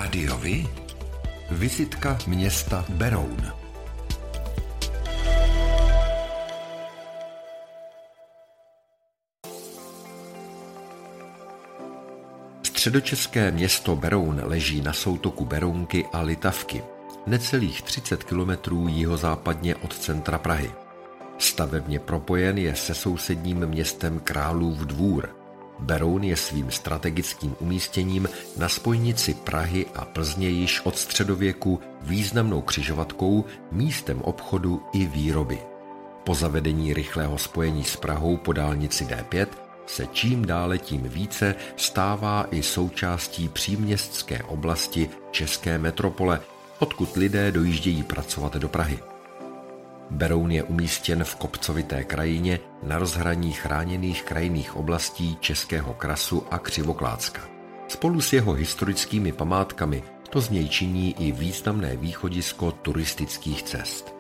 Rádiovi? Vizitka města Beroun. Středočeské město Beroun leží na soutoku Berounky a Litavky, necelých 30 kilometrů jihozápadně od centra Prahy. Stavebně propojen je se sousedním městem Králův Dvůr. Beroun je svým strategickým umístěním na spojnici Prahy a Plzně již od středověku významnou křižovatkou, místem obchodu i výroby. Po zavedení rychlého spojení s Prahou po dálnici D5 se čím dále tím více stává i součástí příměstské oblasti české metropole, odkud lidé dojíždějí pracovat do Prahy. Beroun je umístěn v kopcovité krajině na rozhraní chráněných krajinných oblastí Českého krasu a Křivoklátska. Spolu s jeho historickými památkami to z něj činí i významné východisko turistických cest.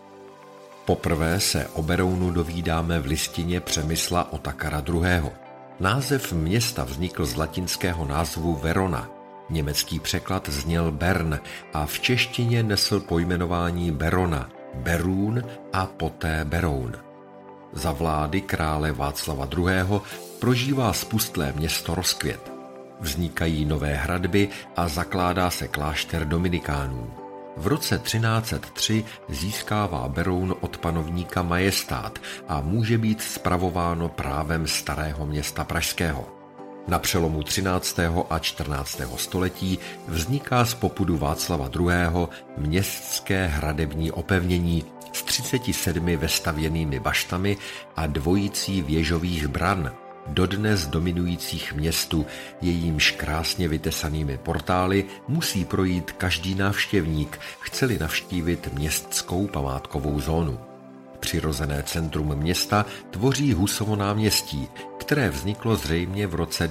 Poprvé se o Berounu dovídáme v listině Přemysla Otakara II. Název města vznikl z latinského názvu Verona. Německý překlad zněl Bern a v češtině nesl pojmenování Berona, Berún a poté Beroun. Za vlády krále Václava II. Prožívá spustlé město rozkvět. Vznikají nové hradby a zakládá se klášter dominikánů. V roce 1303 získává Beroun od panovníka majestát a může být spravováno právem starého města pražského. Na přelomu 13. a 14. století vzniká z popudu Václava II. Městské hradební opevnění s 37 vestavěnými baštami a dvojicí věžových bran, dodnes dominujících městu, jejímž krásně vytesanými portály musí projít každý návštěvník, chce-li navštívit městskou památkovou zónu. Přirozené centrum města tvoří Husovo náměstí, které vzniklo zřejmě v roce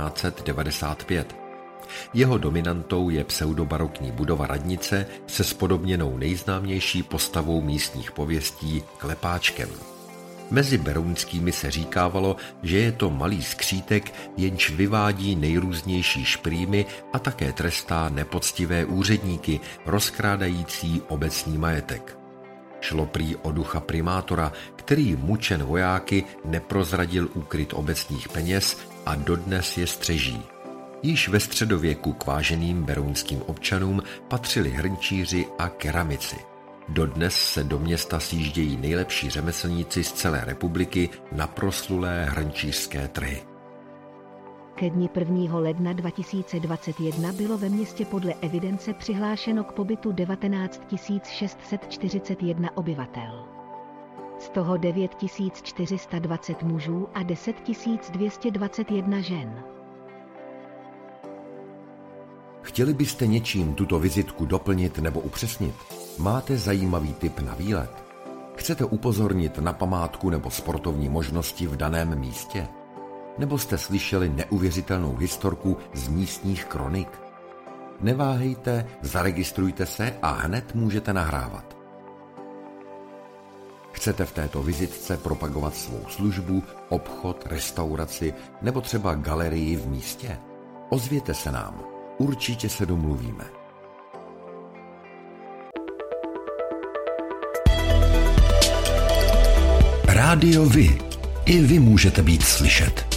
1295. Jeho dominantou je pseudobarokní budova radnice se spodobněnou nejznámější postavou místních pověstí Klepáčkem. Mezi berounskými se říkávalo, že je to malý skřítek, jenž vyvádí nejrůznější šprýmy a také trestá nepoctivé úředníky, rozkrádající obecní majetek. Šlo prý o ducha primátora, který mučen vojáky neprozradil úkryt obecních peněz a dodnes je střeží. Již ve středověku k váženým berounským občanům patřili hrnčíři a keramici. Dodnes se do města sjíždějí nejlepší řemeslníci z celé republiky na proslulé hrnčířské trhy. Ke dni 1. ledna 2021 bylo ve městě podle evidence přihlášeno k pobytu 19 641 obyvatel. Z toho 9 420 mužů a 10 221 žen. Chtěli byste něčím tuto vizitku doplnit nebo upřesnit? Máte zajímavý tip na výlet? Chcete upozornit na památku nebo sportovní možnosti v daném místě? Nebo jste slyšeli neuvěřitelnou historku z místních kronik? Neváhejte, zaregistrujte se a hned můžete nahrávat. Chcete v této vizitce propagovat svou službu, obchod, restauraci nebo třeba galerii v místě? Ozvěte se nám, určitě se domluvíme. Rádio Vy. I vy můžete být slyšet.